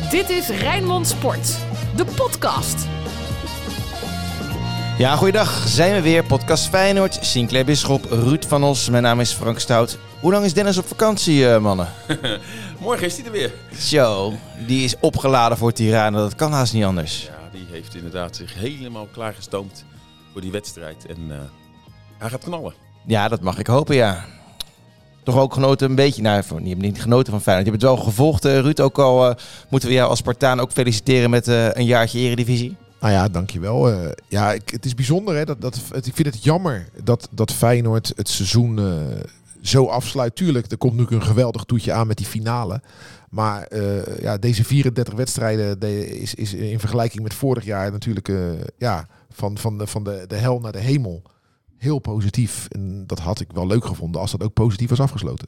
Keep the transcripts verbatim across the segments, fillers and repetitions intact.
Dit is Rijnmond Sport, de podcast. Ja, goeiedag. Zijn we weer. Podcast Feyenoord. Sinclair Bisschop, Ruud van Os. Mijn naam is Frank Stout. Hoe lang is Dennis op vakantie, uh, mannen? Morgen is hij er weer. Zo, die is opgeladen voor Tirana. Dat kan haast niet anders. Ja, die heeft inderdaad zich helemaal klaargestoomd voor die wedstrijd. En uh, hij gaat knallen. Ja, dat mag ik hopen, ja. Toch ook genoten een beetje. Nou, je hebt niet genoten van Feyenoord. Je hebt het wel gevolgd, uh, Ruud. Ook al uh, moeten we jou als Spartaan ook feliciteren met uh, een jaartje Eredivisie. Nou ja, dankjewel. Uh, ja, ik, het is bijzonder. Hè, dat, dat, het, ik vind het jammer dat, dat Feyenoord het seizoen uh, zo afsluit. Tuurlijk, er komt nu een geweldig toetje aan met die finale. Maar uh, ja, deze vierendertig wedstrijden de, is, is in vergelijking met vorig jaar natuurlijk uh, ja, van, van, de, van de, de hel naar de hemel heel positief. En dat had ik wel leuk gevonden als dat ook positief was afgesloten.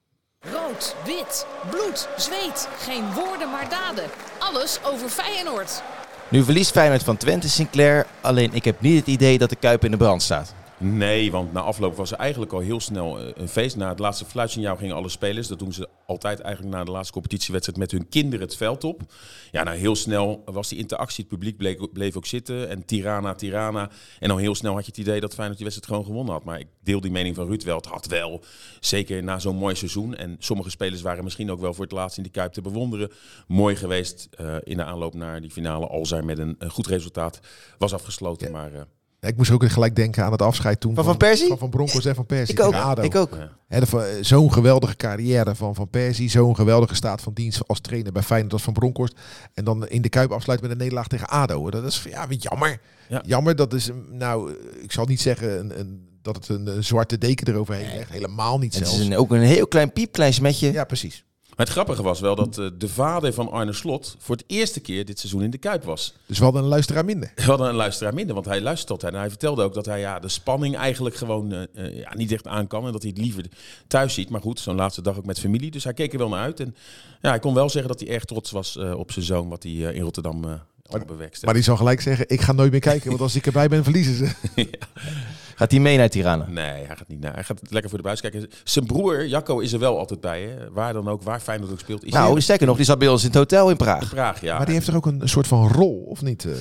Rood, wit, bloed, zweet. Geen woorden maar daden. Alles over Feyenoord. Nu verliest Feyenoord van Twente, Sinclair. Alleen ik heb niet het idee dat de Kuip in de brand staat. Nee, want na afloop was er eigenlijk al heel snel een feest. Na het laatste fluitsignaal gingen alle spelers, dat doen ze altijd eigenlijk na de laatste competitiewedstrijd, met hun kinderen het veld op. Ja, nou heel snel was die interactie, het publiek bleef, bleef ook zitten. En Tirana, Tirana. En dan heel snel had je het idee dat Feyenoord die wedstrijd gewoon gewonnen had. Maar ik deel die mening van Ruud wel. Het had wel, zeker na zo'n mooi seizoen. En sommige spelers waren misschien ook wel voor het laatst in die Kuip te bewonderen. Mooi geweest uh, in de aanloop naar die finale. Als er met een, een goed resultaat was afgesloten. Ja. Maar... Uh, Ik moest ook gelijk denken aan het afscheid toen van Van Persie? Van, van Broncos en Van Persie. Ik ook. ADO. Ik ook. Ja. He, de, zo'n geweldige carrière van Van Persie. Zo'n geweldige staat van dienst als trainer bij Feyenoord als Van Bronckhorst. En dan in de Kuip afsluit met een nederlaag tegen ADO. Dat is ja, jammer. Ja. Jammer, dat is, nou, ik zal niet zeggen een, een, dat het een, een zwarte deken eroverheen legt. Helemaal niet Het zelfs. is een, ook een heel klein piepklein smetje. Ja, precies. Maar het grappige was wel dat uh, de vader van Arne Slot voor het eerste keer dit seizoen in de Kuip was. Dus we hadden een luisteraar minder. We hadden een luisteraar minder, want hij luistert altijd. En hij vertelde ook dat hij ja, de spanning eigenlijk gewoon uh, uh, ja, niet echt aan kan. En dat hij het liever thuis ziet. Maar goed, zo'n laatste dag ook met familie. Dus hij keek er wel naar uit. En ja, hij kon wel zeggen dat hij erg trots was uh, op zijn zoon, wat hij uh, in Rotterdam uh, al bewerkstelligd. Maar die zal gelijk zeggen, ik ga nooit meer kijken. Want als ik erbij ben, verliezen ze. ja. Gaat hij mee naar Tirana? Nee, hij gaat niet naar. Hij gaat lekker voor de buis kijken. Zijn broer, Jacco, is er wel altijd bij. Hè? Waar dan ook, waar Feyenoord ook speelt. Is Nou, hij... sterker nog, die zat bij ons in het hotel in Praag. in Praag, ja. Maar die heeft toch ook een, een soort van rol, of niet? Uh...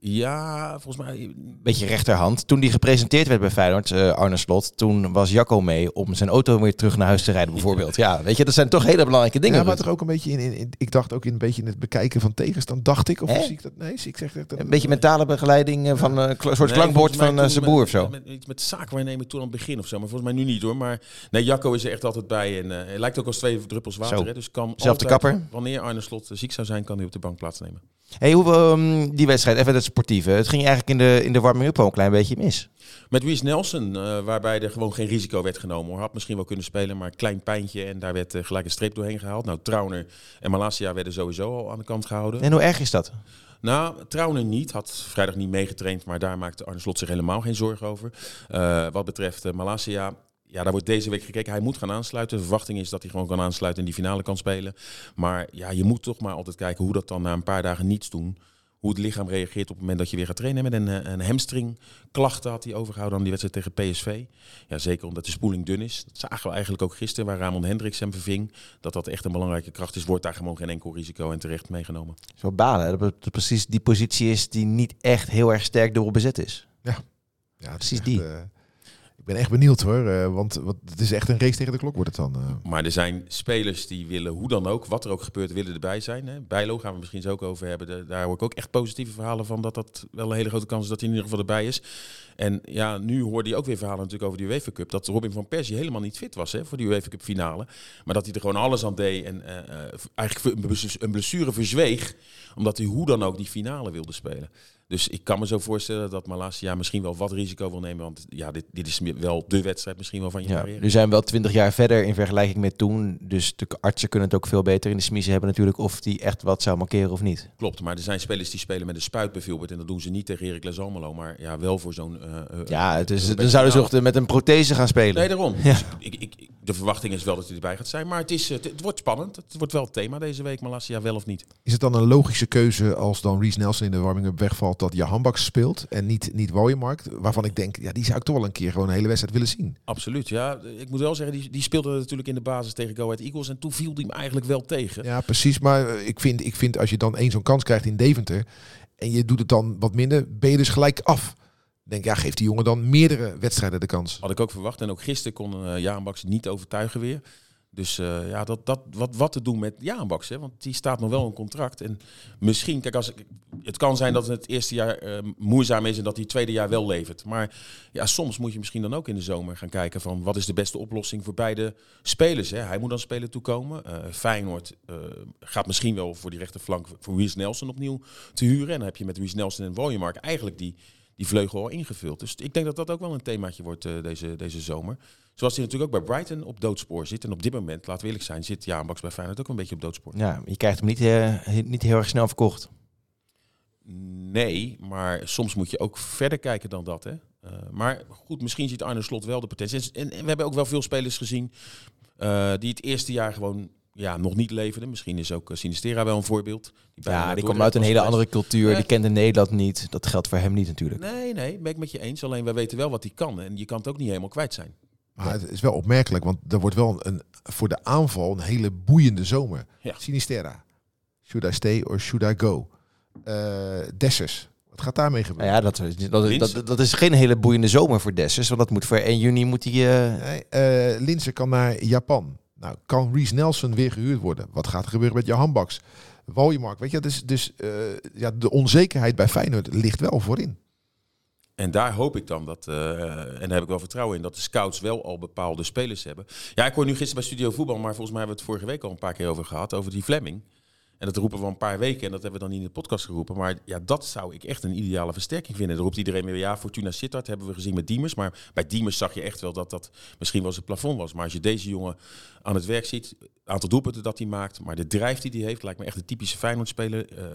Ja, volgens mij... Beetje rechterhand. Toen die gepresenteerd werd bij Feyenoord, uh, Arne Slot, toen was Jacco mee om zijn auto weer terug naar huis te rijden bijvoorbeeld. Ja, weet je, dat zijn toch hele belangrijke dingen. Ja, maar toch ook een beetje in, in, in, ik dacht ook in een beetje in het bekijken van tegenstand, dacht ik, of Hè? zie ik dat? Nee, zie ik zeg dat. Een beetje mentale begeleiding uh, van uh, een soort Nee, klankbord volgens mij van uh, toen zijn met- broer of zo. Met, met, iets met zaakwaarnemer toen aan het begin of zo. Maar volgens mij nu niet hoor. Maar nee, Jacco is er echt altijd bij. En uh, hij lijkt ook als twee druppels water. Zo. Hè, dus kan Zelfde altijd, kapper. Wanneer Arne Slot ziek zou zijn, kan hij op de bank plaatsnemen. Hey, hoe um, die wedstrijd, even het sportieve. Het ging eigenlijk in de, in de warming-up al een klein beetje mis. Met Reece Nelson, uh, waarbij er gewoon geen risico werd genomen. Hoor. Had misschien wel kunnen spelen, maar een klein pijntje. En daar werd uh, gelijk een streep doorheen gehaald. Nou, Trauner en Malacia werden sowieso al aan de kant gehouden. En hoe erg is dat? Nou, Trauner niet. Had vrijdag niet meegetraind, maar daar maakte Arne Slot zich helemaal geen zorgen over. Uh, wat betreft uh, Malacia, ja, daar wordt deze week gekeken. Hij moet gaan aansluiten. De verwachting is dat hij gewoon kan aansluiten en die finale kan spelen. Maar ja, je moet toch maar altijd kijken hoe dat dan na een paar dagen niets doen. Hoe het lichaam reageert op het moment dat je weer gaat trainen. Met een, een hamstringklachten had hij overgehouden aan die wedstrijd tegen P S V. Ja, zeker omdat de spoeling dun is. Dat zagen we eigenlijk ook gisteren, waar Ramon Hendricks hem verving. Dat dat echt een belangrijke kracht is, wordt daar gewoon geen enkel risico en terecht meegenomen. Zo balen, hè, dat het precies die positie is die niet echt heel erg sterk dubbel bezet is. Ja, ja Precies echt, die. Uh, ik ben echt benieuwd hoor, uh, want, want het is echt een race tegen de klok wordt het dan. Uh. Maar er zijn spelers die willen, hoe dan ook, wat er ook gebeurt, willen erbij zijn. Hè. Bijlo gaan we misschien zo ook over hebben. De, daar hoor ik ook echt positieve verhalen van, dat dat wel een hele grote kans is dat hij in ieder geval erbij is. En ja, nu hoorde hij ook weer verhalen natuurlijk over de UEFA Cup. Dat Robin van Persie helemaal niet fit was hè, voor de UEFA Cup finale. Maar dat hij er gewoon alles aan deed en uh, eigenlijk een blessure verzweeg. Omdat hij hoe dan ook die finale wilde spelen. Dus ik kan me zo voorstellen dat Malacia misschien wel wat risico wil nemen. Want ja, dit, dit is wel de wedstrijd misschien wel van je Ja, carrière. nu zijn we wel twintig jaar verder in vergelijking met toen. Dus de artsen kunnen het ook veel beter in de smiezen hebben natuurlijk. Of die echt wat zou markeren of niet. Klopt, maar er zijn spelers die spelen met een spuit bijvoorbeeld. En dat doen ze niet tegen Heracles Almelo. Maar ja, wel voor zo'n... Uh, ja, het is, dan zouden ze ook met een prothese gaan spelen. Nee, daarom. Ja. Dus ik, ik, ik de verwachting is wel dat hij erbij gaat zijn. Maar het, is, het, het wordt spannend. Het wordt wel het thema deze week, Malasia, wel of niet. Is het dan een logische keuze als dan Reiss Nelson in de warming-up wegvalt, dat Jahan Baks speelt en niet, niet Wooijenmarkt? Waarvan ik denk, ja, die zou ik toch wel een keer gewoon een hele wedstrijd willen zien. Absoluut, ja. Ik moet wel zeggen, die, die speelde natuurlijk in de basis tegen Go Ahead Eagles. En toen viel die hem eigenlijk wel tegen. Ja, precies. Maar ik vind, ik vind als je dan één zo'n kans krijgt in Deventer en je doet het dan wat minder, ben je dus gelijk af. Denk, ja, geeft die jongen dan meerdere wedstrijden de kans. Had ik ook verwacht. En ook gisteren kon uh, Jahan Baks niet overtuigen weer. Dus uh, ja, dat, dat, wat, wat te doen met Jahan Baks, hè? Want die staat nog wel een contract. En misschien, kijk, als, het kan zijn dat het eerste jaar uh, moeizaam is en dat hij het tweede jaar wel levert. Maar ja, soms moet je misschien dan ook in de zomer gaan kijken van wat is de beste oplossing voor beide spelers. Hè? Hij moet dan spelen toekomen. Uh, Feyenoord uh, gaat misschien wel voor die rechterflank voor Reiss Nelson opnieuw te huren. En dan heb je met Reiss Nelson en Wooijenmark eigenlijk die... die vleugel al ingevuld. Dus ik denk dat dat ook wel een themaatje wordt uh, deze, deze zomer. Zoals hij natuurlijk ook bij Brighton op doodspoor zit. En op dit moment, laten we eerlijk zijn, zit Jahan Baks bij Feyenoord ook een beetje op doodspoor. Ja, je krijgt hem niet, uh, niet heel erg snel verkocht. Nee, maar soms moet je ook verder kijken dan dat. Hè? Uh, maar goed, misschien ziet Arne Slot wel de potentie. En, en we hebben ook wel veel spelers gezien uh, die het eerste jaar gewoon... ja, nog niet leverden. Misschien is ook uh, Sinistera wel een voorbeeld. Die ja, die komt uit een hele andere cultuur. Ja. Die kent in Nederland niet. Dat geldt voor hem niet natuurlijk. Nee, nee, ben ik met je eens. Alleen wij weten wel wat hij kan. En je kan het ook niet helemaal kwijt zijn. Maar het is wel opmerkelijk, want er wordt wel een, voor de aanval een hele boeiende zomer. Ja. Sinistera. Should I stay or should I go? Uh, Dessers. Wat gaat daarmee gebeuren? Nou ja, dat, dat, dat, dat, dat is geen hele boeiende zomer voor Dessers. Want dat moet voor één juni moet hij... Uh... Nee, uh, Linse kan naar Japan. Nou, kan Reiss Nelson weer gehuurd worden? Wat gaat er gebeuren met Jahan Baks? Wooijenmark, weet je, dus, dus uh, ja, de onzekerheid bij Feyenoord ligt wel voorin. En daar hoop ik dan dat, uh, en daar heb ik wel vertrouwen in, dat de scouts wel al bepaalde spelers hebben. Ja, ik hoor nu gisteren bij Studio Voetbal, maar volgens mij hebben we het vorige week al een paar keer over gehad, over die Fleming. En dat roepen we al een paar weken en dat hebben we dan niet in de podcast geroepen. Maar ja, dat zou ik echt een ideale versterking vinden. Er roept iedereen weer, ja, Fortuna Sittard hebben we gezien met Diemers. Maar bij Diemers zag je echt wel dat dat misschien wel zijn plafond was. Maar als je deze jongen aan het werk ziet, het aantal doelpunten dat hij maakt, maar de drijf die hij heeft, lijkt me echt een typische Feyenoord-speler. Uh,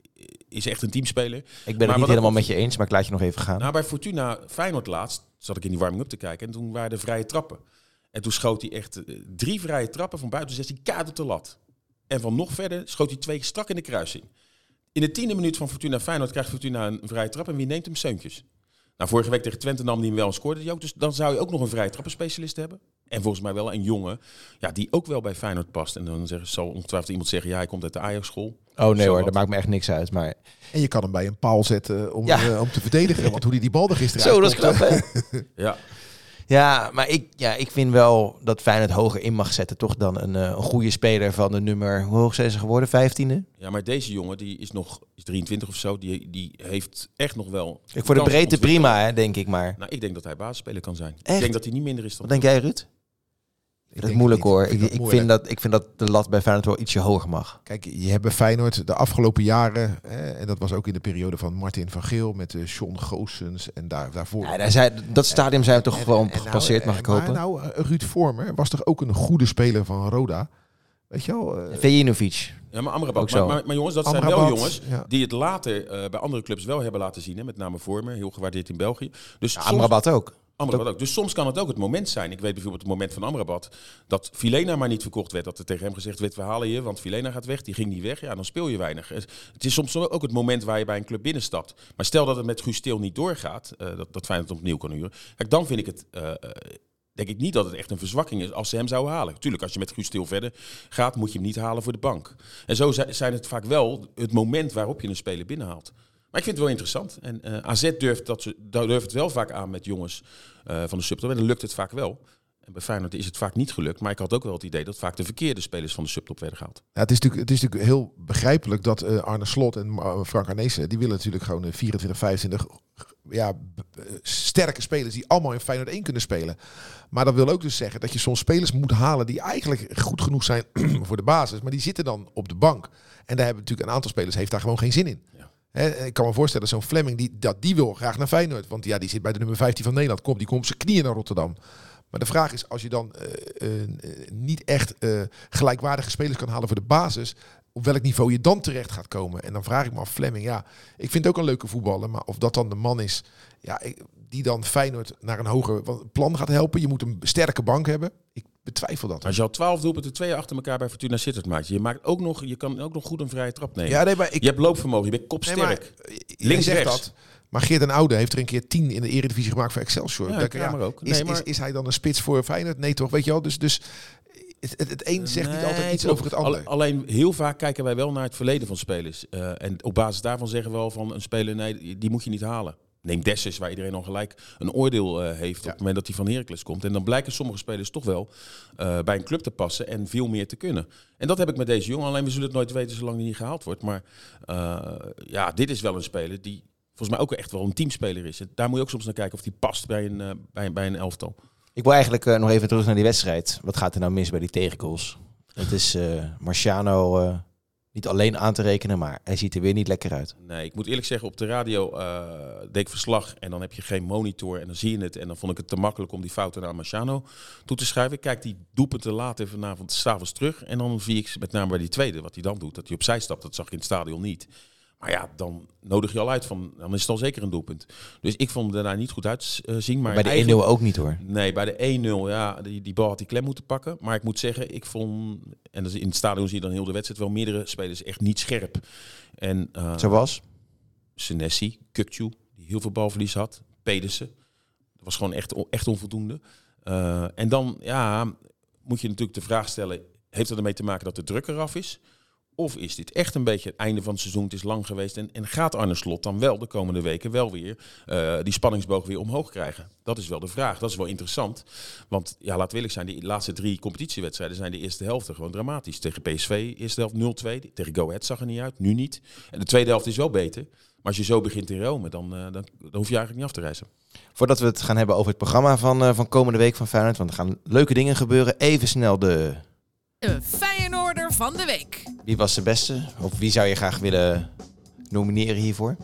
is echt een teamspeler. Ik ben het niet helemaal met je eens, maar ik laat je nog even gaan. Nou, bij Fortuna Feyenoord laatst zat ik in die warming-up te kijken en toen waren er vrije trappen. En toen schoot hij echt uh, drie vrije trappen van buiten zestien kaart op de lat. En van nog verder schoot hij twee strak in de kruising. In de tiende minuut van Fortuna Feyenoord krijgt Fortuna een vrije trap en wie neemt hem? Seuntjes. Nou, vorige week tegen Twente nam hij hem wel en scoorde hij ook. Dus dan zou je ook nog een vrije trappenspecialist hebben. En volgens mij wel een jongen ja, die ook wel bij Feyenoord past. En dan zeggen, zal ongetwijfeld iemand zeggen, ja, hij komt uit de Ajax-school. Oh nee hoor, dat maakt me echt niks uit. Maar... En je kan hem bij een paal zetten om, ja. uh, om te verdedigen. Want hoe die die bal er gisteren Zo, dat is knap, hè? Ja. Ja, maar ik, ja, ik vind wel dat Feyenoord hoger in mag zetten. Toch dan een, een goede speler van de nummer, hoe hoog zijn ze geworden? vijftiende? Ja, maar deze jongen, die is nog is drieëntwintig of zo. Die, die heeft echt nog wel... Ik voor de breedte prima, hè, denk ik maar. Nou, ik denk dat hij basisspeler kan zijn. Echt? Ik denk dat hij niet minder is dan... Wat denk jij, Ruud? Ik dat is moeilijk niet. hoor. Ik, vind, ik, dat ik, vind dat, ik vind dat de lat bij Feyenoord wel ietsje hoger mag. Kijk, je hebt bij Feyenoord de afgelopen jaren, hè, en dat was ook in de periode van Martin van Geel met uh, John Goossens en daar, daarvoor. Ja, daar zijn, dat stadium zijn we toch en, wel en, en gepasseerd, nou, mag ik hopen. Maar nou, Ruud Vormer was toch ook een goede speler van Roda? Weet je wel? Uh, Vejinovic. Ja, maar Amrabat. Maar, maar, maar jongens, dat Amrabat, zijn wel jongens ja. die het later uh, bij andere clubs wel hebben laten zien. Hè, met name Vormer, heel gewaardeerd in België. Dus ja, soms... Amrabat ook. Amrabat ook. Dus soms kan het ook het moment zijn. Ik weet bijvoorbeeld het moment van Amrabat dat Vilena maar niet verkocht werd. Dat er tegen hem gezegd werd, we halen je, want Vilena gaat weg. Die ging niet weg. Ja, dan speel je weinig. Het is soms ook het moment waar je bij een club binnenstapt. Maar stel dat het met Guus Til niet doorgaat, uh, dat, dat Feyenoord opnieuw kan huren. Kijk, dan vind ik het... Uh, denk ik niet dat het echt een verzwakking is als ze hem zouden halen. Tuurlijk, als je met Guus Til verder gaat, moet je hem niet halen voor de bank. En zo zijn het vaak wel het moment waarop je een speler binnenhaalt. Maar ik vind het wel interessant. En uh, A Z durft, dat ze, durft het wel vaak aan met jongens uh, van de subtop. En dan lukt het vaak wel. En bij Feyenoord is het vaak niet gelukt. Maar ik had ook wel het idee dat vaak de verkeerde spelers van de subtop werden gehaald. Ja, het, is natuurlijk, het is natuurlijk heel begrijpelijk dat uh, Arne Slot en uh, Frank Arnezen, die willen natuurlijk gewoon uh, vierentwintig, vijfentwintig ja, b- sterke spelers die allemaal in Feyenoord één kunnen spelen. Maar dat wil ook dus zeggen dat je soms spelers moet halen die eigenlijk goed genoeg zijn voor de basis. Maar die zitten dan op de bank. En daar hebben natuurlijk een aantal spelers heeft daar gewoon geen zin in. Ja. He, ik kan me voorstellen, zo'n Fleming, die, dat, die wil graag naar Feyenoord. Want ja, die zit bij de nummer vijftien van Nederland. Komt, die komt op zijn knieën naar Rotterdam. Maar de vraag is, als je dan uh, uh, niet echt uh, gelijkwaardige spelers kan halen voor de basis, op welk niveau je dan terecht gaat komen. En dan vraag ik me af, Fleming, ja, ik vind het ook een leuke voetballer. Maar of dat dan de man is ja, ik, die dan Feyenoord naar een hoger plan gaat helpen. Je moet een sterke bank hebben. Ik betwijfel dat. Als je al twaalf doelpunten, twee achter elkaar bij Fortuna Sittard maakt. Je, maakt ook nog, je kan ook nog goed een vrije trap nemen. Ja, nee, maar ik, je hebt loopvermogen, je bent kopsterk. Nee, maar, links, zegt rechts. Dat. Maar Geert den Oude heeft er een keer tien in de Eredivisie gemaakt voor Excelsior. Ja, Dat, ja, ja, maar ook. Is, Nee, maar... Is, is hij dan een spits voor Feyenoord? Nee toch, weet je wel? Dus, dus het, het, het een zegt nee, niet altijd iets klopt. over het ander. Alleen heel vaak kijken wij wel naar het verleden van spelers. Uh, en op basis daarvan zeggen we wel van een speler, nee, die moet je niet halen. Neem Dessus, waar iedereen al gelijk een oordeel uh, heeft ja. op het moment dat hij van Heracles komt. En dan blijken sommige spelers toch wel uh, bij een club te passen en veel meer te kunnen. En dat heb ik met deze jongen. Alleen we zullen het nooit weten zolang hij niet gehaald wordt. Maar uh, ja, dit is wel een speler die volgens mij ook echt wel een teamspeler is. En daar moet je ook soms naar kijken of die past bij een, uh, bij, bij een elftal. Ik wil eigenlijk uh, nog even terug naar die wedstrijd. Wat gaat er nou mis bij die tegengoals? Het is uh, Marciano uh, niet alleen aan te rekenen, maar hij ziet er weer niet lekker uit. Nee, ik moet eerlijk zeggen, op de radio uh, deed ik verslag en dan heb je geen monitor en dan zie je het. En dan vond ik het te makkelijk om die fouten naar Marciano toe te schrijven. Ik kijk die doelpunten later vanavond 's avonds terug en dan zie ik met name bij die tweede, wat hij dan doet, dat hij opzij stapt. Dat zag ik in het stadion niet. Maar ja, dan nodig je al uit van, dan is het al zeker een doelpunt. Dus ik vond hem daarna niet goed uitzien. Maar bij de één nul ook niet hoor. Nee, bij de één nul, ja, die, die bal had hij klem moeten pakken. Maar ik moet zeggen, ik vond, en in het stadion zie je dan heel de wedstrijd, wel meerdere spelers echt niet scherp. En, uh, Zoals? Senesi, Kukçu, die heel veel balverlies had. Pedersen, dat was gewoon echt, echt onvoldoende. Uh, en dan, ja, moet je natuurlijk de vraag stellen, heeft dat ermee te maken dat de druk eraf is? Of is dit echt een beetje het einde van het seizoen? Het is lang geweest. En, en gaat Arne Slot dan wel de komende weken wel weer uh, die spanningsboog weer omhoog krijgen? Dat is wel de vraag. Dat is wel interessant. Want ja, laten we eerlijk zijn, die laatste drie competitiewedstrijden zijn de eerste helft gewoon dramatisch. Tegen P S V, eerste helft nul twee. Tegen Go Ahead zag er niet uit, nu niet. En de tweede helft is wel beter. Maar als je zo begint in Rome, dan, uh, dan, dan hoef je eigenlijk niet af te reizen. Voordat we het gaan hebben over het programma van, uh, van komende week van Feyenoord. Want er gaan leuke dingen gebeuren. Even snel de... De Feyenoorder van de week. Wie was de beste? Of wie zou je graag willen nomineren hiervoor?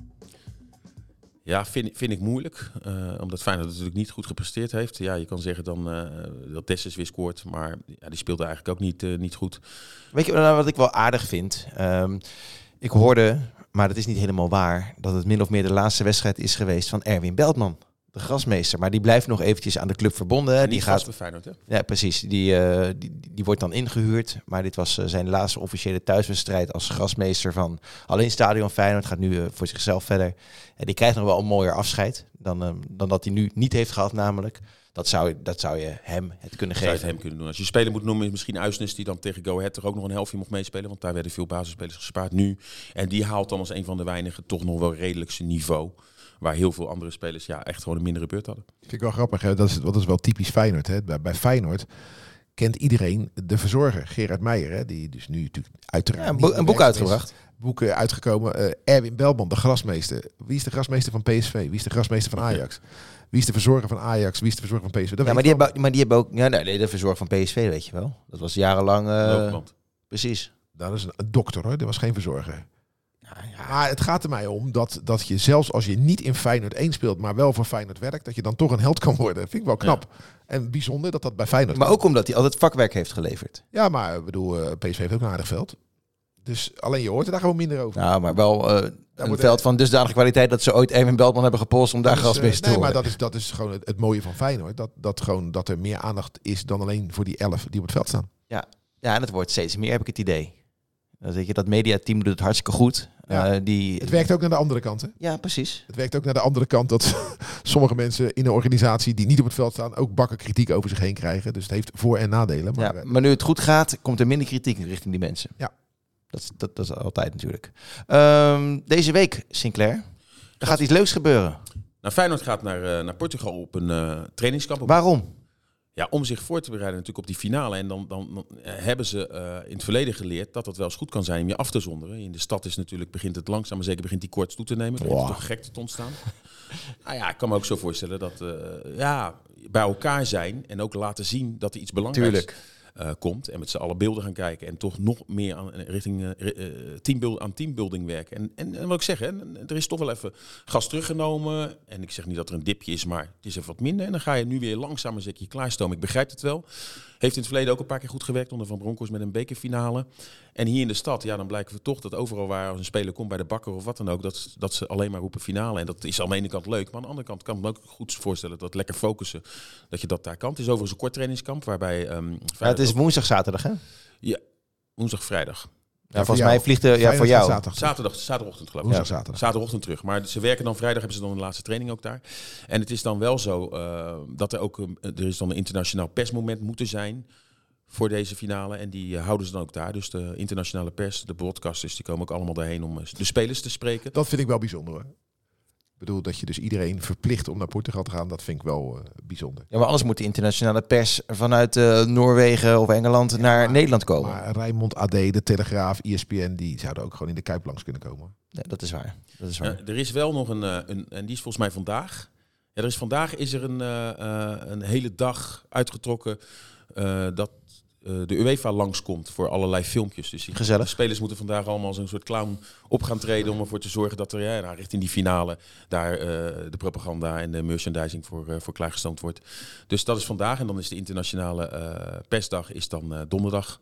Ja, vind, vind ik moeilijk. Uh, omdat Feyenoord natuurlijk niet goed gepresteerd heeft. Ja, je kan zeggen dan uh, dat Dessus weer scoort. Maar ja, die speelde eigenlijk ook niet, uh, niet goed. Weet je nou, wat ik wel aardig vind? Um, ik hoorde, maar dat is niet helemaal waar, dat het min of meer de laatste wedstrijd is geweest van Erwin Beltman. De grasmeester, maar die blijft nog eventjes aan de club verbonden. Die, die gaat gaat bij Feyenoord, hè? Ja, precies. Die, uh, die, die wordt dan ingehuurd. Maar dit was uh, zijn laatste officiële thuiswedstrijd als grasmeester van alleen Stadion Feyenoord. Gaat nu uh, voor zichzelf verder. En die krijgt nog wel een mooier afscheid dan, uh, dan dat hij nu niet heeft gehad namelijk. Dat zou, dat zou je hem het kunnen Zou geven. je het hem kunnen doen. Als je speler moet noemen, is misschien Uisnes die dan tegen Go Ahead toch ook nog een helftje mocht meespelen. Want daar werden veel basisspelers gespaard nu. En die haalt dan als een van de weinigen toch nog wel redelijk zijn niveau. Waar heel veel andere spelers ja, echt gewoon een mindere beurt hadden. Vind ik wel grappig. Hè? Dat, is, dat is wel typisch Feyenoord. Hè? Bij, bij Feyenoord kent iedereen de verzorger, Gerard Meijer. Hè? Die dus nu natuurlijk uiteraard... Ja, een, bo- een boek uitgebracht. Boeken uitgekomen. Uh, Erwin Beltman, de grasmeester. Wie is de grasmeester van P S V? Wie is de grasmeester van Ajax? Wie is de verzorger van Ajax? Wie is de verzorger van P S V? Dat ja, maar die, hebben, maar die hebben ook... Ja, nee, de verzorger van P S V weet je wel. Dat was jarenlang... Uh, precies. Dat is een, een dokter hoor. Dat was geen verzorger. Ja, maar het gaat er mij om dat, dat je zelfs als je niet in Feyenoord één speelt, maar wel voor Feyenoord werkt, dat je dan toch een held kan worden. Vind ik wel knap. Ja. En bijzonder dat dat bij Feyenoord Maar kan. ook omdat hij altijd vakwerk heeft geleverd. Ja, maar ik bedoel, uh, P S V heeft ook een aardig veld. Dus alleen je hoort er daar gewoon minder over. Nou, maar wel uh, een veld van dusdanige kwaliteit dat ze ooit Erwin Beltman hebben gepolst om daar grasmeester te Nee, worden. maar dat is, dat is gewoon het, het mooie van Feyenoord. Dat, dat, gewoon, dat er meer aandacht is dan alleen voor die elf die op het veld staan. Ja, ja en het wordt steeds meer, heb ik het idee. Dat, weet je, dat mediateam doet het hartstikke goed. Ja. Uh, die... Het werkt ook naar de andere kant, hè? Ja, precies. Het werkt ook naar de andere kant dat sommige mensen in een organisatie die niet op het veld staan ook bakken kritiek over zich heen krijgen. Dus het heeft voor- en nadelen. Maar, ja, maar nu het goed gaat, komt er minder kritiek richting die mensen. Ja. Dat, dat, dat is altijd natuurlijk. Um, deze week, Sinclair, er gaat iets leuks gebeuren. Nou, Feyenoord gaat naar, uh, naar Portugal op een uh, trainingskamp. Waarom? Ja, om zich voor te bereiden natuurlijk op die finale. En dan, dan, dan hebben ze uh, in het verleden geleerd dat het wel eens goed kan zijn om je af te zonderen. In de stad is natuurlijk, begint het langzaam, maar zeker begint die koorts toe te nemen. Begint wow. toch gek te ontstaan. Nou ja, ik kan me ook zo voorstellen dat uh, ja, bij elkaar zijn en ook laten zien dat er iets belangrijks Tuurlijk. uh, komt. En met z'n allen beelden gaan kijken. En toch nog meer aan, richting uh, uh, teambuild, aan teambuilding werken. En, en, en wat ik zeg, hè, er is toch wel even gas teruggenomen. En ik zeg niet dat er een dipje is, maar het is even wat minder. En dan ga je nu weer langzaam een zeker klaarstomen. Ik begrijp het wel. Heeft in het verleden ook een paar keer goed gewerkt onder Van Bronckhorst met een bekerfinale. En hier in de stad, ja, dan blijken we toch dat overal waar als een speler komt bij de bakker of wat dan ook, dat, dat ze alleen maar roepen finale. En dat is aan de ene kant leuk, maar aan de andere kant kan ik me ook goed voorstellen dat lekker focussen, dat je dat daar kan. Het is overigens een kort trainingskamp waarbij... Um, ja, het is woensdag, zaterdag, hè? Ja, woensdag, vrijdag. Ja, volgens mij vliegt de, ja, voor jou. Zaterdag, zaterdag zaterdagochtend geloof ik. Ja, zaterdag. Zaterdagochtend terug. Maar ze werken dan vrijdag, hebben ze dan een laatste training ook daar. En het is dan wel zo uh, dat er ook um, er is dan een internationaal persmoment moeten zijn voor deze finale. En die uh, houden ze dan ook daar. Dus de internationale pers, de broadcasters, die komen ook allemaal daarheen om uh, de spelers te spreken. Dat vind ik wel bijzonder, hoor. Ik bedoel, dat je dus iedereen verplicht om naar Portugal te gaan, dat vind ik wel uh, bijzonder. Ja, maar anders moet de internationale pers vanuit uh, Noorwegen of Engeland ja, naar maar, Nederland komen. Maar Rijnmond, A D, de Telegraaf, E S P N, die zouden ook gewoon in de Kuip langs kunnen komen. Ja, dat is waar. Dat is waar. Ja, er is wel nog een, uh, een, en die is volgens mij vandaag. Ja, er is vandaag is er een, uh, uh, een hele dag uitgetrokken uh, dat uh, de UEFA langskomt voor allerlei filmpjes. Dus die Gezellig. De spelers moeten vandaag allemaal als een soort clown op gaan treden om ervoor te zorgen dat er ja, nou, richting die finale daar uh, de propaganda en de merchandising voor, uh, voor klaargestoomd wordt. Dus dat is vandaag en dan is de internationale uh, persdag is dan uh, donderdag.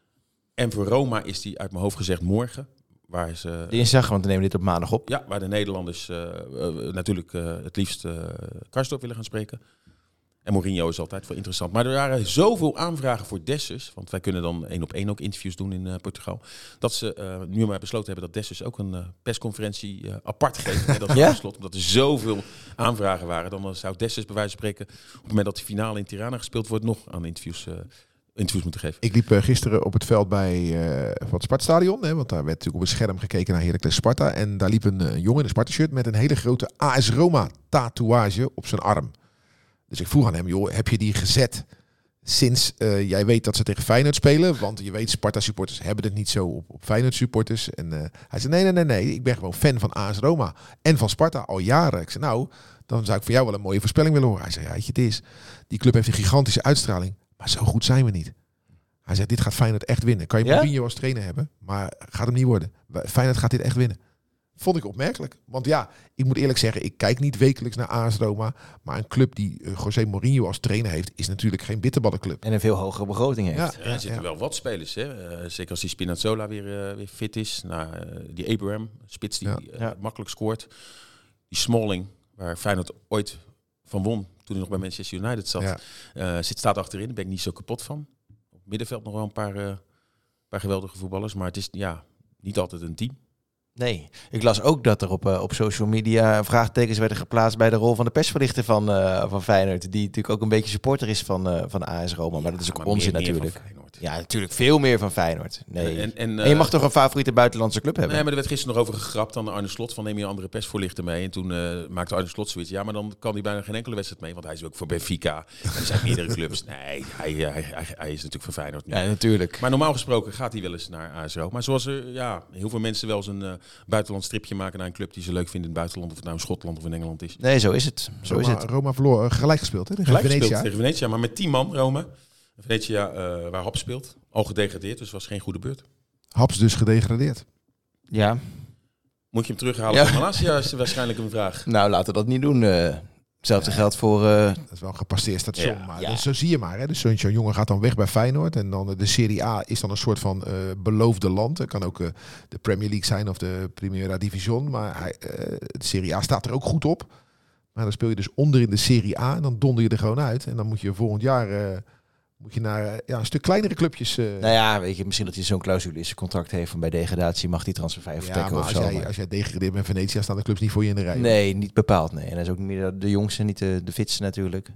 En voor Roma is die uit mijn hoofd gezegd morgen. Waar ze, Dinsdag, want we nemen dit op maandag op. Ja, waar de Nederlanders uh, uh, natuurlijk uh, het liefst uh, Karsdorp willen gaan spreken. En Mourinho is altijd wel interessant. Maar er waren zoveel aanvragen voor Dessers, want wij kunnen dan één op één ook interviews doen in uh, Portugal, dat ze uh, nu maar besloten hebben dat Dessers ook een uh, persconferentie uh, apart geeft. Hè, dat ja? slot, omdat er zoveel aanvragen waren. Dan zou Dessers bij wijze van spreken, op het moment dat de finale in Tirana gespeeld wordt, nog aan interviews... Uh, interviews moeten geven. Ik liep uh, gisteren op het veld bij uh, van het Spartastadion, hè, want daar werd natuurlijk op een scherm gekeken naar Heracles Sparta. En daar liep een uh, jongen in een Sparta-shirt met een hele grote A S Roma-tatoeage op zijn arm. Dus ik vroeg aan hem, joh, heb je die gezet sinds uh, jij weet dat ze tegen Feyenoord spelen? Want je weet, Sparta-supporters hebben het niet zo op, op Feyenoord-supporters. En uh, hij zei, nee, nee, nee, nee, ik ben gewoon fan van A S Roma en van Sparta al jaren. Ik zei, nou, dan zou ik voor jou wel een mooie voorspelling willen horen. Hij zei, ja, weet je, het is, die club heeft een gigantische uitstraling. Maar zo goed zijn we niet. Hij zegt, dit gaat Feyenoord echt winnen. Kan je ja? Mourinho als trainer hebben, maar gaat hem niet worden. Feyenoord gaat dit echt winnen. Vond ik opmerkelijk. Want ja, ik moet eerlijk zeggen, ik kijk niet wekelijks naar A S Roma. Maar een club die uh, José Mourinho als trainer heeft, is natuurlijk geen bitterballenclub. En een veel hogere begroting heeft. Ja, ja, er zitten ja. wel wat spelers. Hè? Uh, zeker als die Spinazzola weer, uh, weer fit is. Nou, uh, die Abraham, spits die ja. Uh, ja. makkelijk scoort. Die Smalling, waar Feyenoord ooit van won toen hij nog bij Manchester United zat. Ja. Uh, zit, staat achterin, daar ben ik niet zo kapot van. Op het middenveld nog wel een paar, uh, paar geweldige voetballers. Maar het is ja, niet altijd een team. Nee, ik las ook dat er op, uh, op social media vraagtekens werden geplaatst bij de rol van de persverlichter van, uh, van Feyenoord. Die natuurlijk ook een beetje supporter is van, uh, van A S Roma. Ja, maar dat is ook onzin meer, natuurlijk. Meer ja, natuurlijk veel meer van Feyenoord. Nee. En, en, uh, en je mag toch een favoriete buitenlandse club hebben? Nee, maar er werd gisteren nog over gegrapt aan Arne Slot van neem je een andere persvoorlichter mee. En toen uh, maakte Arne Slot zoiets. Ja, maar dan kan hij bijna geen enkele wedstrijd mee, want hij is ook voor Benfica. En er zijn meerdere clubs. Nee, hij, hij, hij, hij is natuurlijk voor Feyenoord nu. Ja, natuurlijk. Maar normaal gesproken gaat hij wel eens naar A S Roma. Maar zoals er ja, heel veel mensen wel eens een uh, buitenlands stripje maken naar een club die ze leuk vinden in het buitenland, of het nou in Schotland of in Engeland is. Nee, zo is het. Zo Roma, is het. Roma verloor uh, gelijk gespeeld, hè? Tegen gelijk Venetia. Gespeeld, tegen Venetia, maar met tien man Roma. Venetia, uh, waar Haps speelt, al gedegradeerd, dus was geen goede beurt. Haps dus gedegradeerd. Ja. Moet je hem terughalen van ja. Malasia, is waarschijnlijk een vraag. Nou, laten we dat niet doen. Uh, hetzelfde geldt voor... Uh... Dat is wel een gepasseerd station. Ja. Maar Ja. dus zo zie je maar. Hè. Dus zo'n zo'n jongen gaat dan weg bij Feyenoord. En dan de Serie A is dan een soort van uh, beloofde land. Het kan ook uh, de Premier League zijn of de Primera Division. Maar hij, uh, de Serie A staat er ook goed op. Maar dan speel je dus onder in de Serie A. En dan donder je er gewoon uit. En dan moet je volgend jaar... Uh, Moet je naar uh, ja, een stuk kleinere clubjes... Uh... Nou ja, weet je, misschien dat hij zo'n clausule in zijn contract heeft van bij degradatie mag die transfervrij vertrekken ja, of als zo. Jij, maar... als jij degradeert met Venetia, staan de clubs niet voor je in de rij. Nee, niet bepaald. Nee. En hij is ook niet meer de jongste, niet de, de fitste natuurlijk.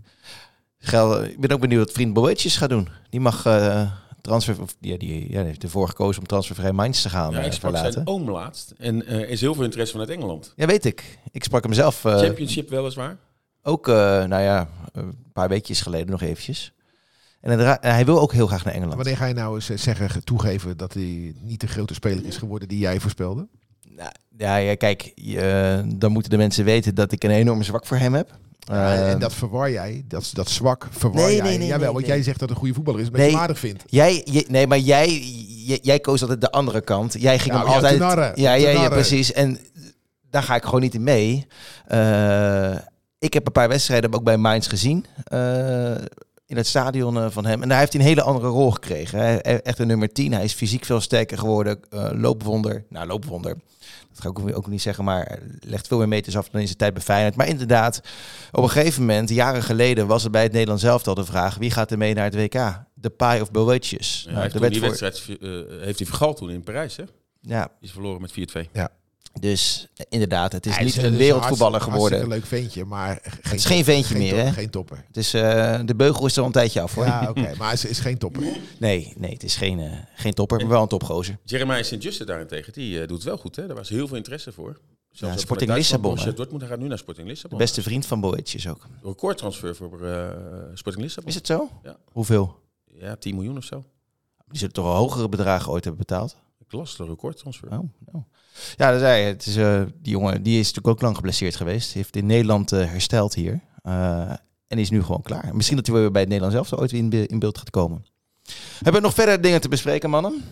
Gel, ik ben ook benieuwd wat vriend Boetjes gaat doen. Die mag uh, transfer... Of, ja, die ja, heeft ervoor gekozen om transfervrij Mainz te gaan ja, uh, ik sprak verlaten. zijn oom laatst. En er uh, is heel veel interesse vanuit Engeland. Ja, weet ik. Ik sprak hem zelf... Uh, Championship weliswaar. Ook, uh, nou ja, een paar weekjes geleden nog eventjes. En hij, hij wil ook heel graag naar Engeland. Wanneer ga je nou eens zeggen, toegeven dat hij niet de grote speler is geworden die jij voorspelde? Nou, ja, ja, kijk, uh, dan moeten de mensen weten dat ik een enorm zwak voor hem heb. Ja, Uh, en dat verwar jij, dat, dat zwak verwar nee, jij. nee, nee, Jawel, nee, want nee. jij zegt dat een goede voetballer is, maar Nee. je hem aardig vindt. Jij, je, nee, maar jij, jij, jij koos altijd de andere kant. Jij ging Nou, hem ja, altijd... te narren, ja, te ja, ja, narren. precies. En daar ga ik gewoon niet in mee. Uh, ik heb een paar wedstrijden ook bij Mainz gezien. Uh, in het stadion uh, van hem. En daar heeft hij een hele andere rol gekregen. Hij, echt een nummer tien. Hij is fysiek veel sterker geworden. Uh, loopwonder. Nou, loopwonder. Dat ga ik ook, ook niet zeggen, maar legt veel meer meters af dan in zijn tijd bij Feyenoord. Maar inderdaad, op een gegeven moment, jaren geleden, was het bij het Nederlands elftal de vraag: wie gaat er mee naar het W K? Depay of Boetius? Ja, nou, hij heeft de die voor... wedstrijd uh, heeft hij vergald toen in Parijs, hè? Ja. Die is verloren met vier twee. Ja. Dus inderdaad, het is Hij niet is een wereldvoetballer geworden. Een leuk ventje, maar geen het is geen ventje geen meer, top, hè? Geen topper. Het is, uh, de beugel is er al een tijdje af, hoor. Ja, oké, okay, maar het is, is geen topper. Nee, nee, het is geen, uh, geen topper, maar wel een topgozer. Jeremiah Sint-Juste daarentegen, die uh, doet het wel goed, hè? Daar was heel veel interesse voor. Ja, Sporting Lissabon. Dortmund, hij gaat nu naar Sporting Lissabon. De beste vriend van Boetius ook. Recordtransfer voor uh, Sporting Lissabon. Is het zo? Ja. Hoeveel? Ja, tien miljoen of zo. Die zullen toch al hogere bedragen ooit hebben betaald? Ik las de recordtransfer. Oh, oh. Ja, dat zei je. Het is, uh, die jongen die is natuurlijk ook lang geblesseerd geweest. Heeft in Nederland uh, hersteld hier. Uh, en is nu gewoon klaar. Misschien dat hij weer bij het Nederlands elftal ooit weer in, be- in beeld gaat komen. Hebben we nog verder dingen te bespreken, mannen?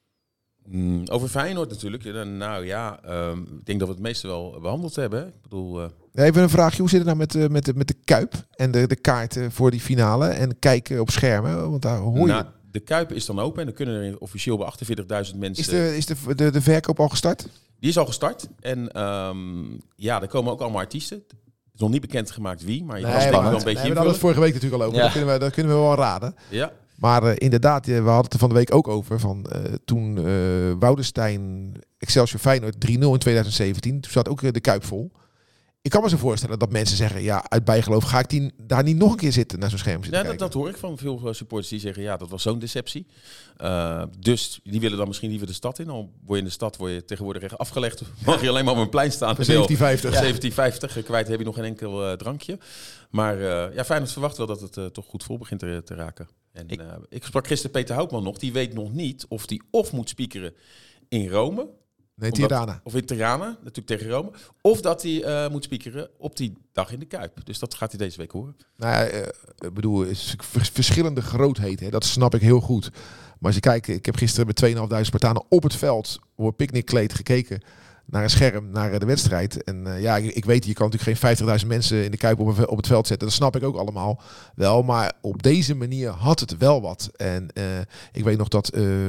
Mm, over Feyenoord natuurlijk. Ja, nou ja, um, ik denk dat we het meeste wel behandeld hebben. Hè? Ik bedoel... Uh... Even een vraagje. Hoe zit het nou met, uh, met, de, met de Kuip en de, de kaarten voor die finale? En kijken op schermen, want daar hoor je... Nou, de Kuip is dan open en dan kunnen er officieel bij achtenveertigduizend mensen... Is de, is de, de, de verkoop al gestart? Die is al gestart. En um, ja, er komen ook allemaal artiesten. Het is nog niet bekendgemaakt wie, maar je Nee, kan het denk ik maar, wel een beetje nee, we hadden het vorige week natuurlijk al over. Ja. Dat, kunnen we, dat kunnen we wel raden. Ja. Maar uh, inderdaad, we hadden het er van de week ook over. Van, uh, toen uh, Woudenstein Excelsior Feyenoord drie nul in twintig zeventien. Toen zat ook uh, de Kuip vol. Ik kan me zo voorstellen dat mensen zeggen... ja, uit bijgeloof ga ik die, daar niet nog een keer zitten naar zo'n scherm zitten Ja, dat, kijken. dat hoor ik van veel supporters die zeggen... ja, dat was zo'n deceptie. Uh, dus die willen dan misschien liever de stad in. Al word je in de stad word je tegenwoordig echt afgelegd. Mag je alleen maar op een plein staan. Voor zeventien vijftig. Ja. zeventien vijftig. Kwijt heb je nog geen enkel uh, drankje. Maar uh, ja, Feyenoord verwacht wel dat het uh, toch goed vol begint te, te raken. En ik, uh, ik sprak gisteren Peter Houtman nog. Die weet nog niet of die of moet speakeren in Rome... Nee, Tirana. Of in Tirana, natuurlijk tegen Rome. Of dat hij uh, moet speakeren op die dag in de Kuip. Dus dat gaat hij deze week horen. Nou ja, uh, ik bedoel, is verschillende grootheden. Hè, dat snap ik heel goed. Maar als je kijkt, ik heb gisteren met tweeduizend vijfhonderd Spartanen op het veld... op een picknickkleed gekeken naar een scherm, naar de wedstrijd. En uh, ja, ik, ik weet, je kan natuurlijk geen vijftigduizend mensen in de Kuip op, een, op het veld zetten. Dat snap ik ook allemaal wel. Maar op deze manier had het wel wat. En uh, ik weet nog dat uh,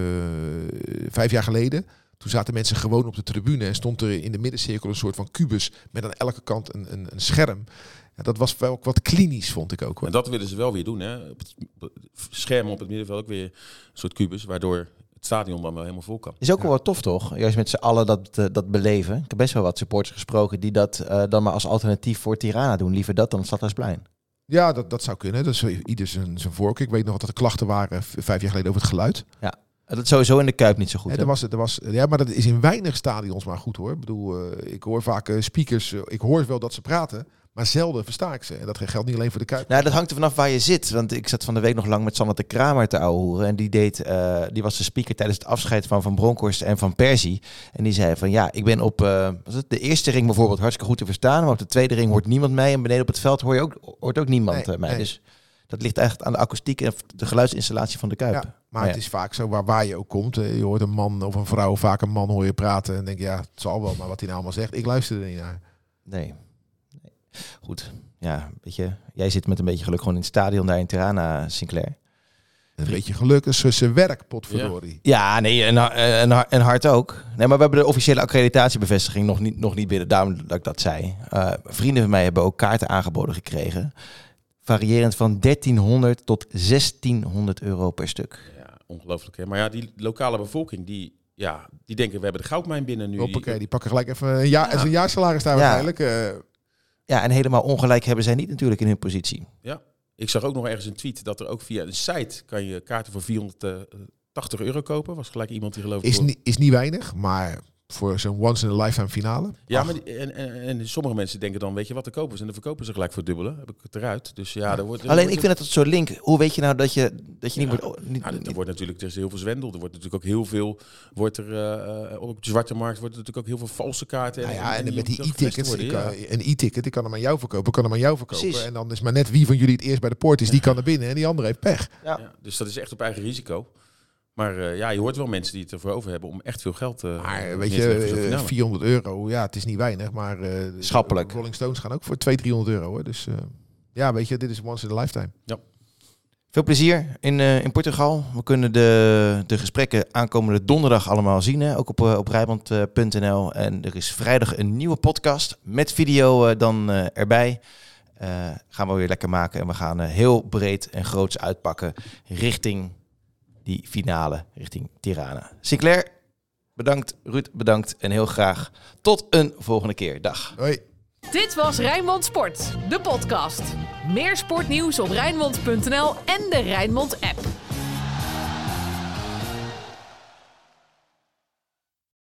vijf jaar geleden... Toen zaten mensen gewoon op de tribune en stond er in de middencirkel een soort van kubus met aan elke kant een, een, een scherm. Ja, dat was wel wat klinisch, vond ik ook. Hoor. En dat willen ze wel weer doen, hè? Op het scherm op het middenveld ook weer een soort kubus, waardoor het stadion dan wel helemaal vol kan. Is ook wel wat tof, toch? Juist met z'n allen dat, uh, dat beleven. Ik heb best wel wat supporters gesproken die dat uh, dan maar als alternatief voor Tirana doen. Liever dat dan Stadhuisplein. Ja, dat, dat zou kunnen. Dat is ieder zijn, zijn voorkeur. Ik weet nog dat er klachten waren vijf jaar geleden over het geluid. Ja. Dat is sowieso in de Kuip niet zo goed. Ja, er was, er was, ja, maar dat is in weinig stadions maar goed hoor. Ik bedoel, uh, ik hoor vaak uh, speakers, uh, ik hoor wel dat ze praten, maar zelden versta ik ze. En dat geldt niet alleen voor de Kuip. Nou, dat hangt er vanaf waar je zit. Want ik zat van de week nog lang met Sander de Kramer te ouwehoeren. En die, deed, uh, die was de speaker tijdens het afscheid van Van Bronckhorst en Van Persie. En die zei van ja, ik ben op uh, was het de eerste ring bijvoorbeeld hartstikke goed te verstaan. Maar op de tweede ring hoort niemand mij. En beneden op het veld hoor je ook, hoort ook niemand nee, uh, mij. Nee. Dus dat ligt echt aan de akoestiek en de geluidsinstallatie van de Kuip. Ja, maar, maar ja. het is vaak zo waar, waar je ook komt. Je hoort een man of een vrouw, vaak een man hoor je praten. En denk je, ja, het zal wel, maar wat hij nou allemaal zegt, ik luister er niet naar. Nee. nee. Goed. Ja, weet je, jij zit met een beetje geluk gewoon in het stadion daar in Tirana, Sinclair. Een beetje geluk is zijn werk, potverdorie. Ja, ja nee, en, en, en hard ook. Nee, maar we hebben de officiële accreditatiebevestiging nog niet, nog niet binnen. Daarom dat ik dat zei. Uh, vrienden van mij hebben ook kaarten aangeboden gekregen. Variërend van dertienhonderd tot zestienhonderd euro per stuk. Ja, ongelooflijk hè. Maar ja, die lokale bevolking, die, ja, die denken we hebben de goudmijn binnen nu. Hoppakee, die, die pakken gelijk even een jaar, ja. een jaarsalaris daar ja. waarschijnlijk. Uh. Ja, en helemaal ongelijk hebben zij niet natuurlijk in hun positie. Ja, ik zag ook nog ergens een tweet dat er ook via een site kan je kaarten voor vierhonderdtachtig euro kopen. Was gelijk iemand die geloof ik... Is, ni- is niet weinig, maar voor zo'n once-in-a-lifetime finale. Ja, Ach. maar die, en, en, en sommige mensen denken dan, weet je wat, de kopers en de verkopen ze gelijk voor het dubbele. Heb ik het eruit. Dus ja, er wordt... Er Alleen, wordt ik vind het zo link. Hoe weet je nou dat je, dat je Ja, niet wordt... Niet, Ja, er wordt natuurlijk, er is heel veel zwendel. Er wordt natuurlijk ook heel veel, wordt er uh, op de zwarte markt wordt er natuurlijk ook heel veel valse kaarten. Nou ja, en, en met die moeten ook e-tickets, gevestigd ik worden, kan, een e-ticket, ik kan hem aan jou verkopen, ik kan hem aan jou verkopen. Precies. En dan is maar net wie van jullie het eerst bij de poort is, die kan er binnen en die andere heeft pech. ja. Ja, dus dat is echt op eigen risico. Maar uh, ja, je hoort wel mensen die het ervoor over hebben om echt veel geld te uh, Maar weet je, uh, vierhonderd euro, ja, het is niet weinig, maar uh, Schappelijk. de Rolling Stones gaan ook voor tweehonderd, driehonderd euro. Hè. Dus uh, ja, weet je, dit is once in a lifetime. Ja. Veel plezier in, uh, in Portugal. We kunnen de, de gesprekken aankomende donderdag allemaal zien. Hè? Ook op, uh, op rijnmond punt n l. En er is vrijdag een nieuwe podcast met video uh, dan uh, erbij. Uh, gaan we weer lekker maken. En we gaan uh, heel breed en groots uitpakken richting die finale, richting Tirana. Sinclair, bedankt. Ruud, bedankt. En heel graag tot een volgende keer. Dag. Hoi. Dit was Rijnmond Sport, de podcast. Meer sportnieuws op rijnmond punt n l en de Rijnmond app.